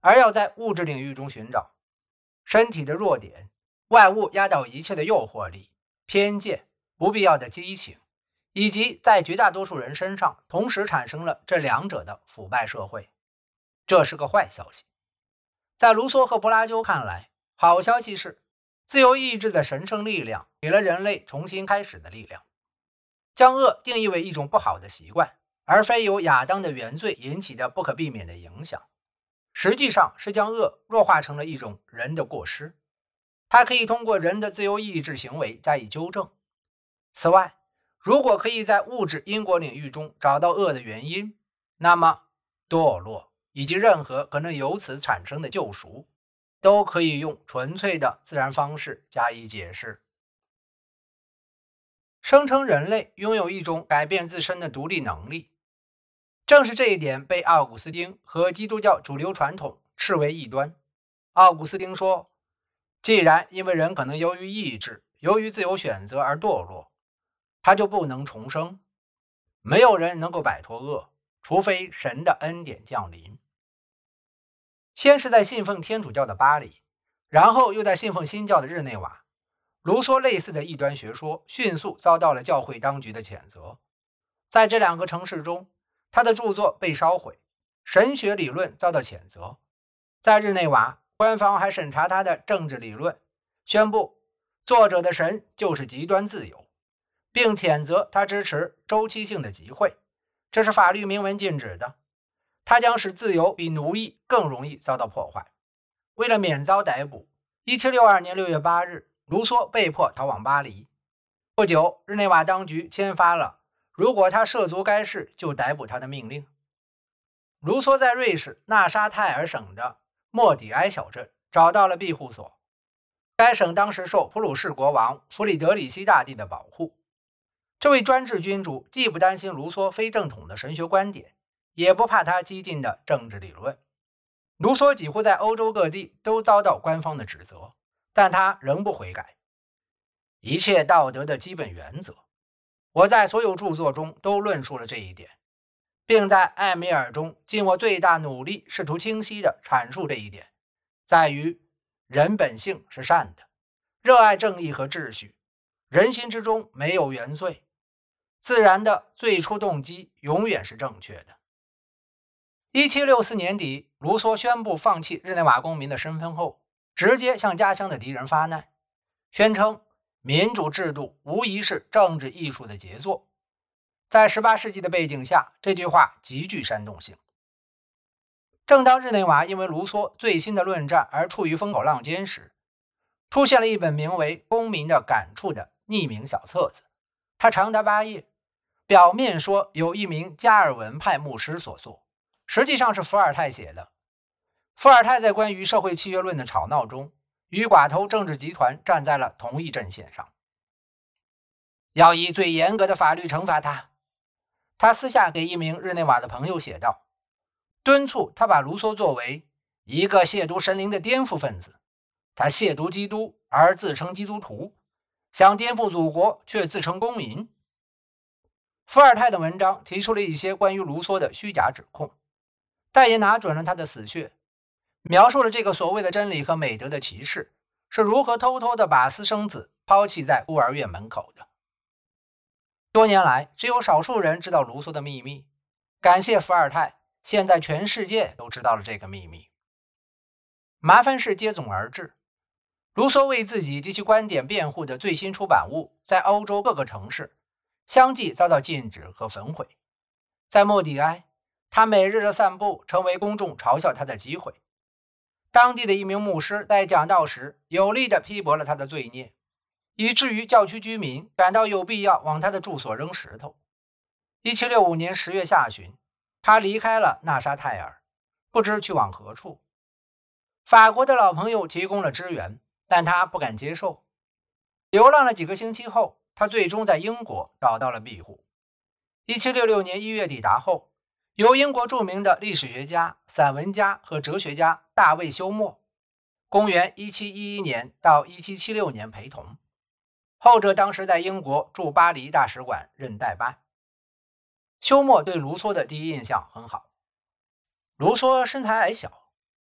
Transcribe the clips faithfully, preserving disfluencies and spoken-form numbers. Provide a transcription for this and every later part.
而要在物质领域中寻找。身体的弱点、外物压倒一切的诱惑力、偏见、不必要的激情，以及在绝大多数人身上同时产生了这两者的腐败社会。这是个坏消息。在卢梭和柏拉修看来，好消息是自由意志的神圣力量给了人类重新开始的力量，将恶定义为一种不好的习惯，而非由亚当的原罪引起的不可避免的影响。实际上是将恶弱化成了一种人的过失，它可以通过人的自由意志行为加以纠正。此外，如果可以在物质因果领域中找到恶的原因，那么堕落以及任何可能由此产生的救赎，都可以用纯粹的自然方式加以解释。声称人类拥有一种改变自身的独立能力，正是这一点被奥古斯丁和基督教主流传统视为异端。奥古斯丁说，既然因为人可能由于意志、由于自由选择而堕落，他就不能重生。没有人能够摆脱恶，除非神的恩典降临。先是在信奉天主教的巴黎，然后又在信奉新教的日内瓦，卢梭类似的异端学说迅速遭到了教会当局的谴责。在这两个城市中，他的著作被烧毁，神学理论遭到谴责。在日内瓦，官方还审查他的政治理论，宣布作者的神就是极端自由，并谴责他支持周期性的集会，这是法律明文禁止的。他将使自由比奴役更容易遭到破坏。为了免遭逮捕，一七六二年六月八日，卢梭被迫逃往巴黎。不久，日内瓦当局签发了如果他涉足该市就逮捕他的命令。卢梭在瑞士纳沙泰尔省的莫底埃小镇找到了庇护所，该省当时受普鲁士国王弗里德里希大帝的保护。这位专制君主既不担心卢梭非正统的神学观点，也不怕他激进的政治理论。卢梭几乎在欧洲各地都遭到官方的指责，但他仍不悔改。一切道德的基本原则，我在所有著作中都论述了这一点，并在艾米尔中尽我最大努力试图清晰地阐述这一点，在于人本性是善的，热爱正义和秩序，人心之中没有原罪，自然的最初动机永远是正确的。一七六四年底，卢梭宣布放弃日内瓦公民的身份后，直接向家乡的敌人发难，宣称民主制度无疑是政治艺术的杰作。在十八世纪的背景下，这句话极具煽动性。正当日内瓦因为卢梭最新的论战而处于风口浪尖时，出现了一本名为《公民的感触》的匿名小册子，它长达八页，表面说有一名加尔文派牧师所作，实际上是伏尔泰写的。伏尔泰在关于社会契约论的吵闹中，与寡头政治集团站在了同一阵线上，要以最严格的法律惩罚他。他私下给一名日内瓦的朋友写道，敦促他把卢梭作为一个亵渎神灵的颠覆分子，他亵渎基督而自称基督徒，想颠覆祖国却自称公民。伏尔泰的文章提出了一些关于卢梭的虚假指控，但也拿准了他的死穴，描述了这个所谓的真理和美德的骑士是如何偷偷地把私生子抛弃在孤儿院门口的。多年来，只有少数人知道卢梭的秘密，感谢伏尔泰，现在全世界都知道了这个秘密。麻烦事接踵而至，卢梭为自己及其观点辩护的最新出版物在欧洲各个城市相继遭到禁止和焚毁。在莫迪埃，他每日的散步成为公众嘲笑他的机会。当地的一名牧师在讲道时有力地批驳了他的罪孽，以至于教区居民感到有必要往他的住所扔石头。一七六五年十月下旬，他离开了纳沙泰尔，不知去往何处。法国的老朋友提供了支援，但他不敢接受。流浪了几个星期后，他最终在英国找到了庇护。一七六六年一月抵达后，由英国著名的历史学家、散文家和哲学家大卫·休谟公元一七一一年到一七七六年陪同，后者当时在英国驻巴黎大使馆任代办。休谟对卢梭的第一印象很好。卢梭身材矮小，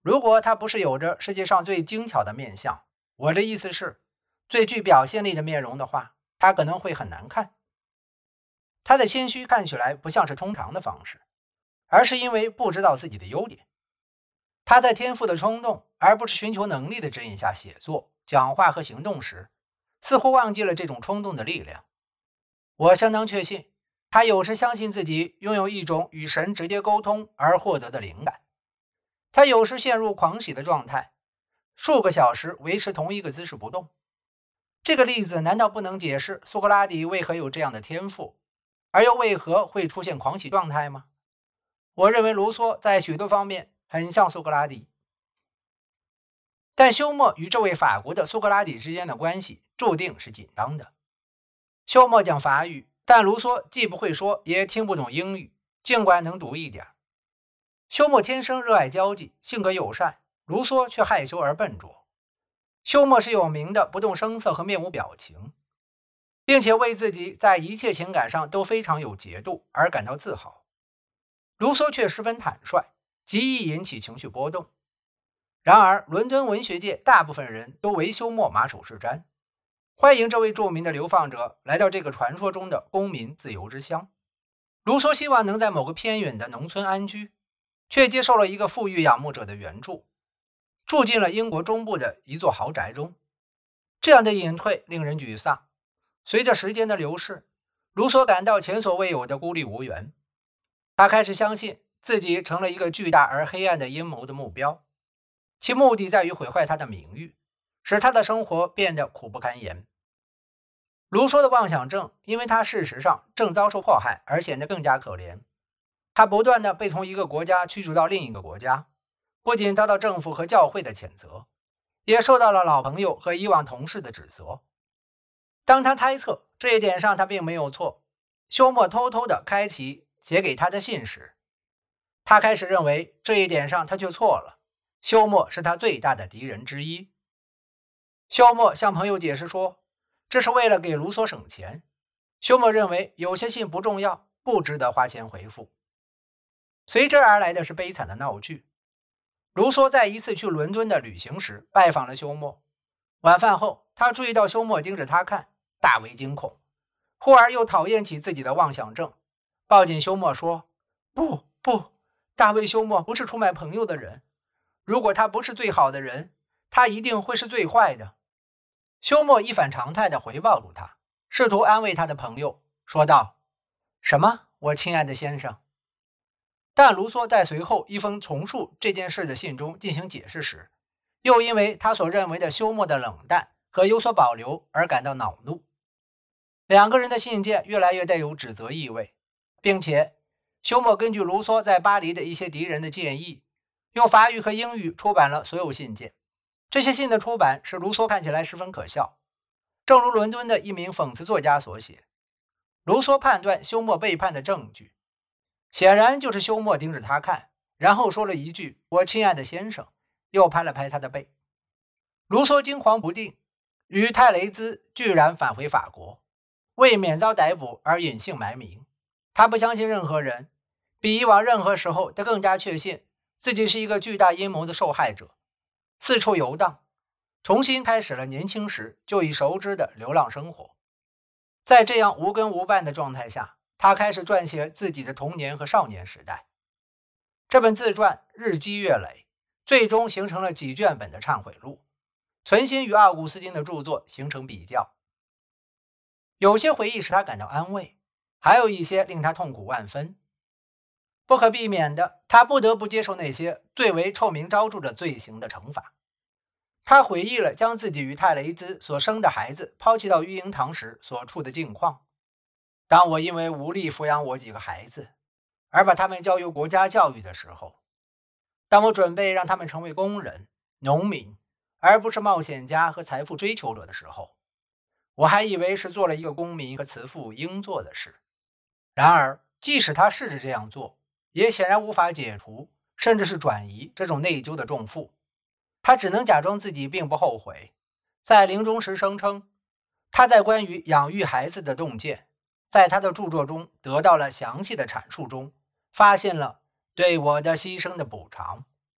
如果他不是有着世界上最精巧的面相，我的意思是最具表现力的面容的话，他可能会很难看。他的谦虚看起来不像是通常的方式，而是因为不知道自己的优点。他在天赋的冲动而不是寻求能力的指引下写作、讲话和行动时，似乎忘记了这种冲动的力量。我相当确信，他有时相信自己拥有一种与神直接沟通而获得的灵感。他有时陷入狂喜的状态，数个小时维持同一个姿势不动。这个例子难道不能解释苏格拉底为何有这样的天赋，而又为何会出现狂喜状态吗？我认为卢梭在许多方面很像苏格拉底，但休谟与这位法国的苏格拉底之间的关系注定是紧张的。休谟讲法语，但卢梭既不会说也听不懂英语，尽管能读一点。休谟天生热爱交际，性格友善，卢梭却害羞而笨拙。休谟是有名的不动声色和面无表情，并且为自己在一切情感上都非常有节度而感到自豪。卢梭却十分坦率，极易引起情绪波动。然而伦敦文学界大部分人都为休谟马首是瞻，欢迎这位著名的流放者来到这个传说中的公民自由之乡。卢梭希望能在某个偏远的农村安居，却接受了一个富裕仰慕者的援助，住进了英国中部的一座豪宅中。这样的隐退令人沮丧。随着时间的流逝，卢梭感到前所未有的孤立无援。他开始相信自己成了一个巨大而黑暗的阴谋的目标，其目的在于毁坏他的名誉，使他的生活变得苦不堪言。卢梭的妄想症因为他事实上正遭受迫害而显得更加可怜。他不断地被从一个国家驱逐到另一个国家，不仅遭到政府和教会的谴责，也受到了老朋友和以往同事的指责。当他猜测这一点上他并没有错，休谟偷偷地开启写给他的信时，他开始认为这一点上他却错了，休谟是他最大的敌人之一。休谟向朋友解释说，这是为了给卢梭省钱。休谟认为有些信不重要，不值得花钱回复。随之而来的是悲惨的闹剧。卢梭在一次去伦敦的旅行时拜访了休谟，晚饭后他注意到休谟盯着他看，大为惊恐，忽而又讨厌起自己的妄想症，抱紧休谟说，不不，大卫休谟不是出卖朋友的人，如果他不是最好的人，他一定会是最坏的。休谟一反常态地回抱住他，试图安慰他的朋友，说道，什么，我亲爱的先生？但卢梭在随后一封重述这件事的信中进行解释时，又因为他所认为的休谟的冷淡和有所保留而感到恼怒。两个人的信件越来越带有指责意味，并且休谟根据卢梭在巴黎的一些敌人的建议，用法语和英语出版了所有信件。这些信的出版使卢梭看起来十分可笑。正如伦敦的一名讽刺作家所写，卢梭判断休谟背叛的证据显然就是休谟盯着他看，然后说了一句，我亲爱的先生，又拍了拍他的背。卢梭惊惶不定，与泰雷兹居然返回法国，为免遭逮捕而隐姓埋名。他不相信任何人，比以往任何时候他更加确信自己是一个巨大阴谋的受害者，四处游荡，重新开始了年轻时就已熟知的流浪生活。在这样无根无伴的状态下，他开始撰写自己的童年和少年时代。这本自传日积月累，最终形成了几卷本的忏悔录，存心与奥古斯丁的著作形成比较。有些回忆使他感到安慰，还有一些令他痛苦万分。不可避免的，他不得不接受那些最为臭名昭著的罪行的惩罚。他回忆了将自己与泰雷兹所生的孩子抛弃到育婴堂时所处的境况。当我因为无力抚养我几个孩子，而把他们交由国家教育的时候，当我准备让他们成为工人、农民，而不是冒险家和财富追求者的时候，我还以为是做了一个公民和慈父应做的事。然而，即使他试着这样做，也显然无法解除，甚至是转移这种内疚的重负。他只能假装自己并不后悔，在临终时声称，他在关于养育孩子的洞见，在他的著作中得到了详细的阐述中，发现了对我的牺牲的补偿。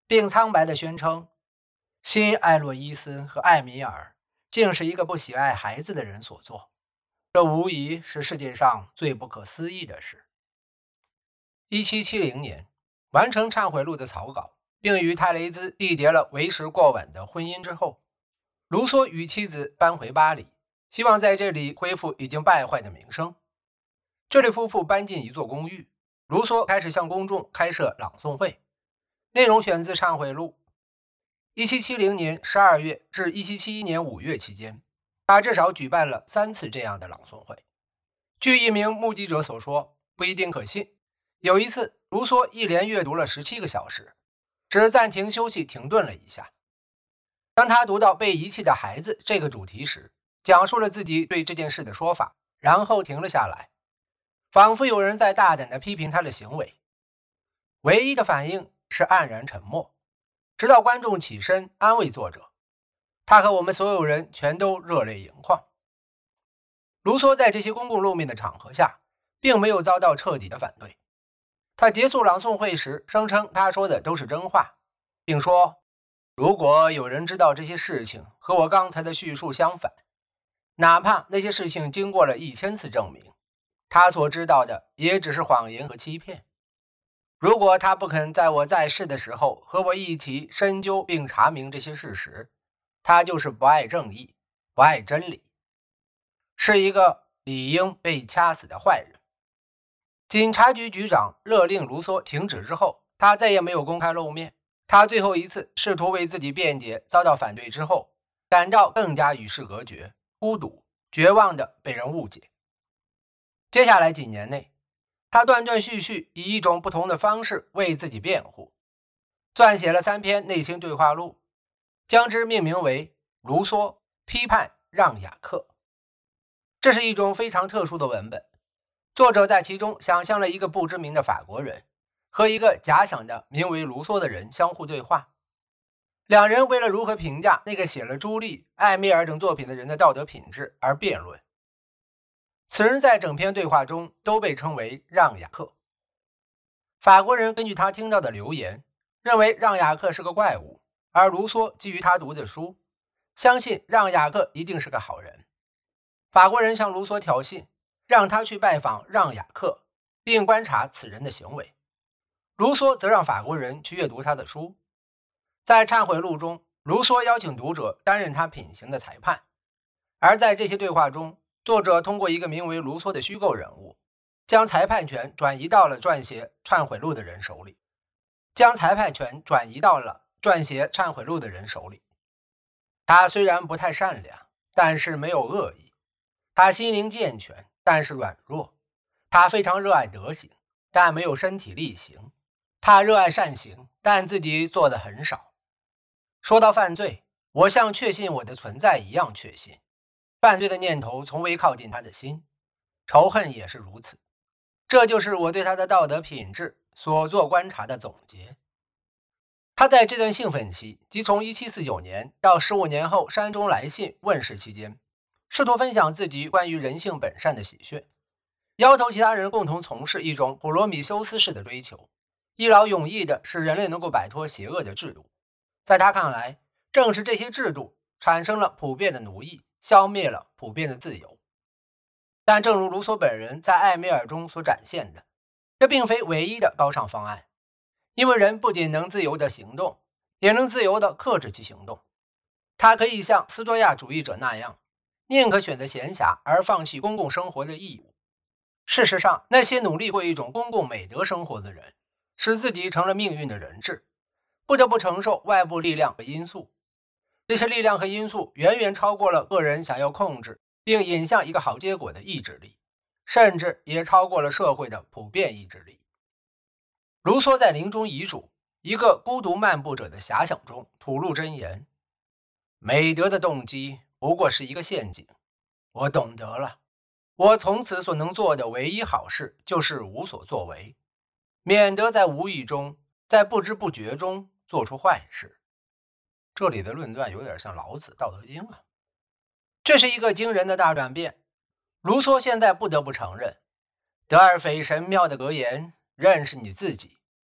并苍白地宣称，新艾洛伊斯和艾米尔竟是一个不喜爱孩子的人所做，这无疑是世界上最不可思议的事。一七七零年，完成忏悔录的草稿，并与泰雷兹缔结了为时过晚的婚姻之后，卢梭与妻子搬回巴黎，希望在这里恢复已经败坏的名声。这对夫妇搬进一座公寓，卢梭开始向公众开设朗诵会，内容选自忏悔录。一七七零年十二月至一七七一年五月期间，他至少举办了三次这样的朗诵会。据一名目击者所说，不一定可信，有一次卢梭一连阅读了十七个小时，只暂停休息停顿了一下。当他读到被遗弃的孩子这个主题时，讲述了自己对这件事的说法，然后停了下来，仿佛有人在大胆地批评他的行为。唯一的反应是黯然沉默，直到观众起身安慰作者，他和我们所有人全都热泪盈眶。卢梭在这些公共露面的场合下，并没有遭到彻底的反对。他结束朗诵会时声称他说的都是真话，并说，如果有人知道这些事情和我刚才的叙述相反，哪怕那些事情经过了一千次证明，他所知道的也只是谎言和欺骗。如果他不肯在我在世的时候和我一起深究并查明这些事实，他就是不爱正义，不爱真理，是一个理应被掐死的坏人。警察局局长勒令卢梭停止之后，他再也没有公开露面。他最后一次试图为自己辩解遭到反对之后，感到更加与世隔绝，孤独绝望地被人误解。接下来几年内，他断断续续以一种不同的方式为自己辩护，撰写了三篇内心对话录，将之命名为《卢梭批判让雅克》。这是一种非常特殊的文本，作者在其中想象了一个不知名的法国人和一个假想的名为卢梭的人相互对话，两人为了如何评价那个写了朱莉、艾米尔等作品的人的道德品质而辩论。此人在整篇对话中都被称为让雅克。法国人根据他听到的流言，认为让雅克是个怪物，而卢梭基于他读的书，相信让雅克一定是个好人。法国人向卢梭挑衅，让他去拜访让雅克，并观察此人的行为。卢梭则让法国人去阅读他的书。在忏悔录中，卢梭邀请读者担任他品行的裁判，而在这些对话中，作者通过一个名为卢梭的虚构人物，将裁判权转移到了撰写忏悔录的人手里。将裁判权转移到了撰写忏悔录的人手里。他虽然不太善良，但是没有恶意；他心灵健全，但是软弱；他非常热爱德行，但没有身体力行；他热爱善行，但自己做的很少。说到犯罪，我像确信我的存在一样确信。犯罪的念头从未靠近他的心，仇恨也是如此。这就是我对他的道德品质所做观察的总结。他在这段兴奋期，即从一七四九年到十五年后山中来信问世期间，试图分享自己关于人性本善的喜悦，要求其他人共同从事一种普罗米修斯式的追求，一劳永逸的使人类能够摆脱邪恶的制度。在他看来，正是这些制度产生了普遍的奴役，消灭了普遍的自由。但正如卢梭本人在《艾米尔》中所展现的，这并非唯一的高尚方案，因为人不仅能自由地行动，也能自由地克制其行动。他可以像斯多亚主义者那样，宁可选择闲暇而放弃公共生活的义务。事实上，那些努力过一种公共美德生活的人，使自己成了命运的人质，不得不承受外部力量和因素。这些力量和因素远远超过了个人想要控制并引向一个好结果的意志力，甚至也超过了社会的普遍意志力。卢梭在临终遗嘱《一个孤独漫步者的遐想》中吐露真言：美德的动机不过是一个陷阱。我懂得了，我从此所能做的唯一好事就是无所作为，免得在无意中，在不知不觉中做出坏事。这里的论断有点像老子《道德经》啊。这是一个惊人的大转变。卢梭现在不得不承认，德尔斐神庙的格言：认识你自己，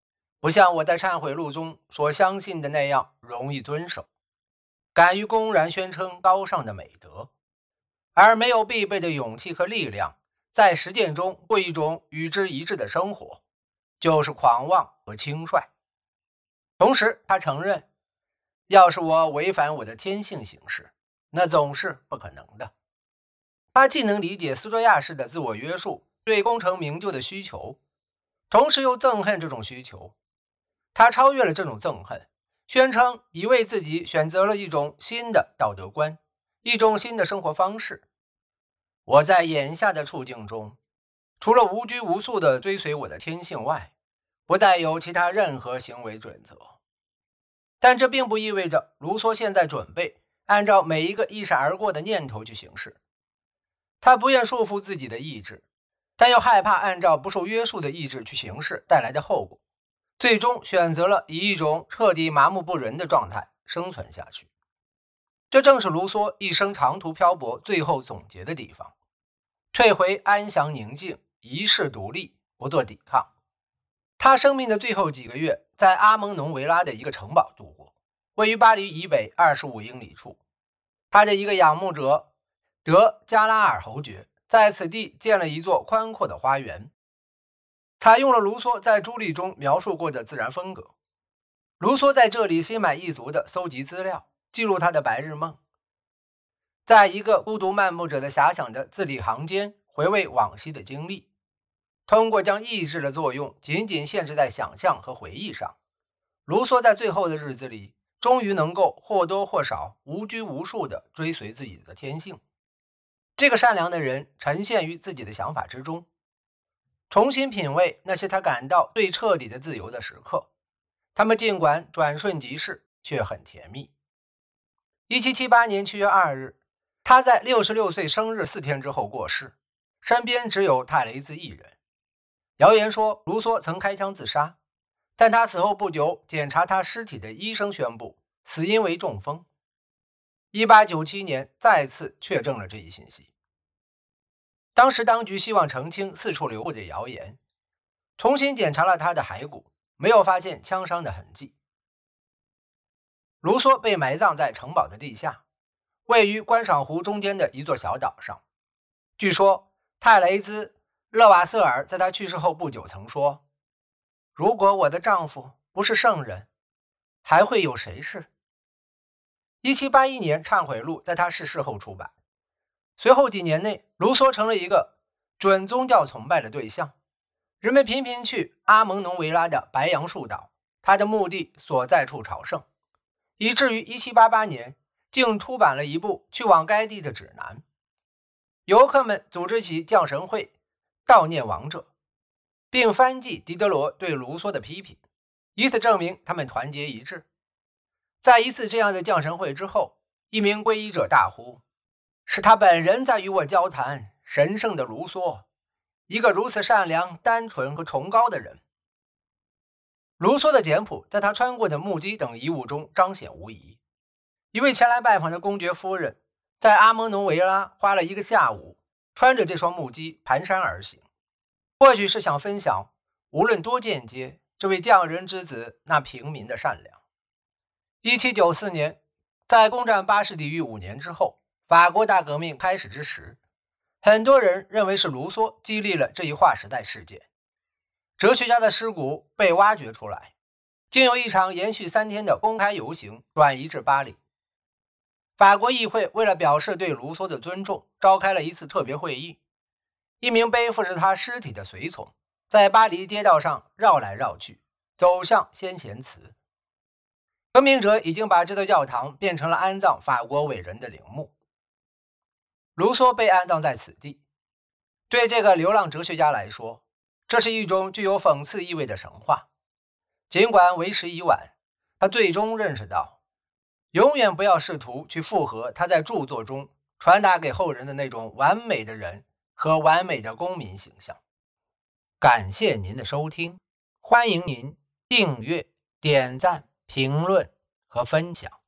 不像我在忏悔录中所相信的那样容易遵守，敢于公然宣称高尚的美德，而没有必备的勇气和力量，在实践中过一种与之一致的生活，就是狂妄和轻率。同时，他承认，要是我违反我的天性行事，那总是不可能的。他既能理解斯多亚式的自我约束对功成名就的需求，同时又憎恨这种需求。他超越了这种憎恨，宣称已为自己选择了一种新的道德观，一种新的生活方式。我在眼下的处境中，除了无拘无束地追随我的天性外，不再有其他任何行为准则。但这并不意味着卢梭现在准备按照每一个一闪而过的念头去行事。他不愿束缚自己的意志，但又害怕按照不受约束的意志去行事带来的后果，最终选择了以一种彻底麻木不仁的状态生存下去。这正是卢梭一生长途漂泊最后总结的地方：退回安详宁静，一世独立，不做抵抗。他生命的最后几个月在阿蒙农维拉的一个城堡度过，位于巴黎以北二十五英里处。他的一个仰慕者德加拉尔侯爵在此地建了一座宽阔的花园，采用了卢梭在《朱莉》中描述过的自然风格。卢梭在这里心满意足地搜集资料，记录他的白日梦，在一个孤独漫步者的遐想的字里行间回味往昔的经历。通过将意志的作用仅仅限制在想象和回忆上，卢梭在最后的日子里终于能够或多或少无拘无束地追随自己的天性。这个善良的人沉陷于自己的想法之中，重新品味那些他感到最彻底的自由的时刻，他们尽管转瞬即逝，却很甜蜜。一七七八年七月二日，他在六十六岁生日四天之后过世，身边只有泰雷兹一人。谣言说卢梭曾开枪自杀，但他死后不久，检查他尸体的医生宣布死因为中风。一八九七年再次确证了这一信息。当时当局希望澄清四处流布的谣言，重新检查了他的骸骨，没有发现枪伤的痕迹。卢梭被埋葬在城堡的地下，位于观赏湖中间的一座小岛上。据说泰雷兹勒瓦瑟尔在他去世后不久曾说：“如果我的丈夫不是圣人，还会有谁是？”一七八一年《忏悔录》在他逝世后出版，随后几年内，卢梭成了一个准宗教崇拜的对象，人们频频去阿蒙农维拉的白杨树岛，他的墓地所在处朝圣，以至于一七八八年竟出版了一部去往该地的指南。游客们组织起降神会，悼念亡者，并翻记狄德罗对卢梭的批评，以此证明他们团结一致。在一次这样的降神会之后，一名皈依者大呼：“是他本人在与我交谈，神圣的卢梭，一个如此善良、单纯和崇高的人。”卢梭的简朴在他穿过的木屐等遗物中彰显无疑。一位前来拜访的公爵夫人在阿蒙农维拉花了一个下午，穿着这双木屐蹒跚而行，或许是想分享，无论多间接，这位匠人之子那平民的善良。一七九四年，在攻占巴士底狱五年之后，法国大革命开始之时，很多人认为是卢梭激励了这一划时代事件。哲学家的尸骨被挖掘出来，竟有一场延续三天的公开游行转移至巴黎。法国议会为了表示对卢梭的尊重，召开了一次特别会议。一名背负着他尸体的随从在巴黎街道上绕来绕去，走向先贤祠。革命者已经把这座教堂变成了安葬法国伟人的陵墓。卢梭被安葬在此地，对这个流浪哲学家来说，这是一种具有讽刺意味的神话。尽管为时已晚，他最终认识到，永远不要试图去复合他在著作中传达给后人的那种完美的人和完美的公民形象。感谢您的收听，欢迎您订阅、点赞、评论和分享。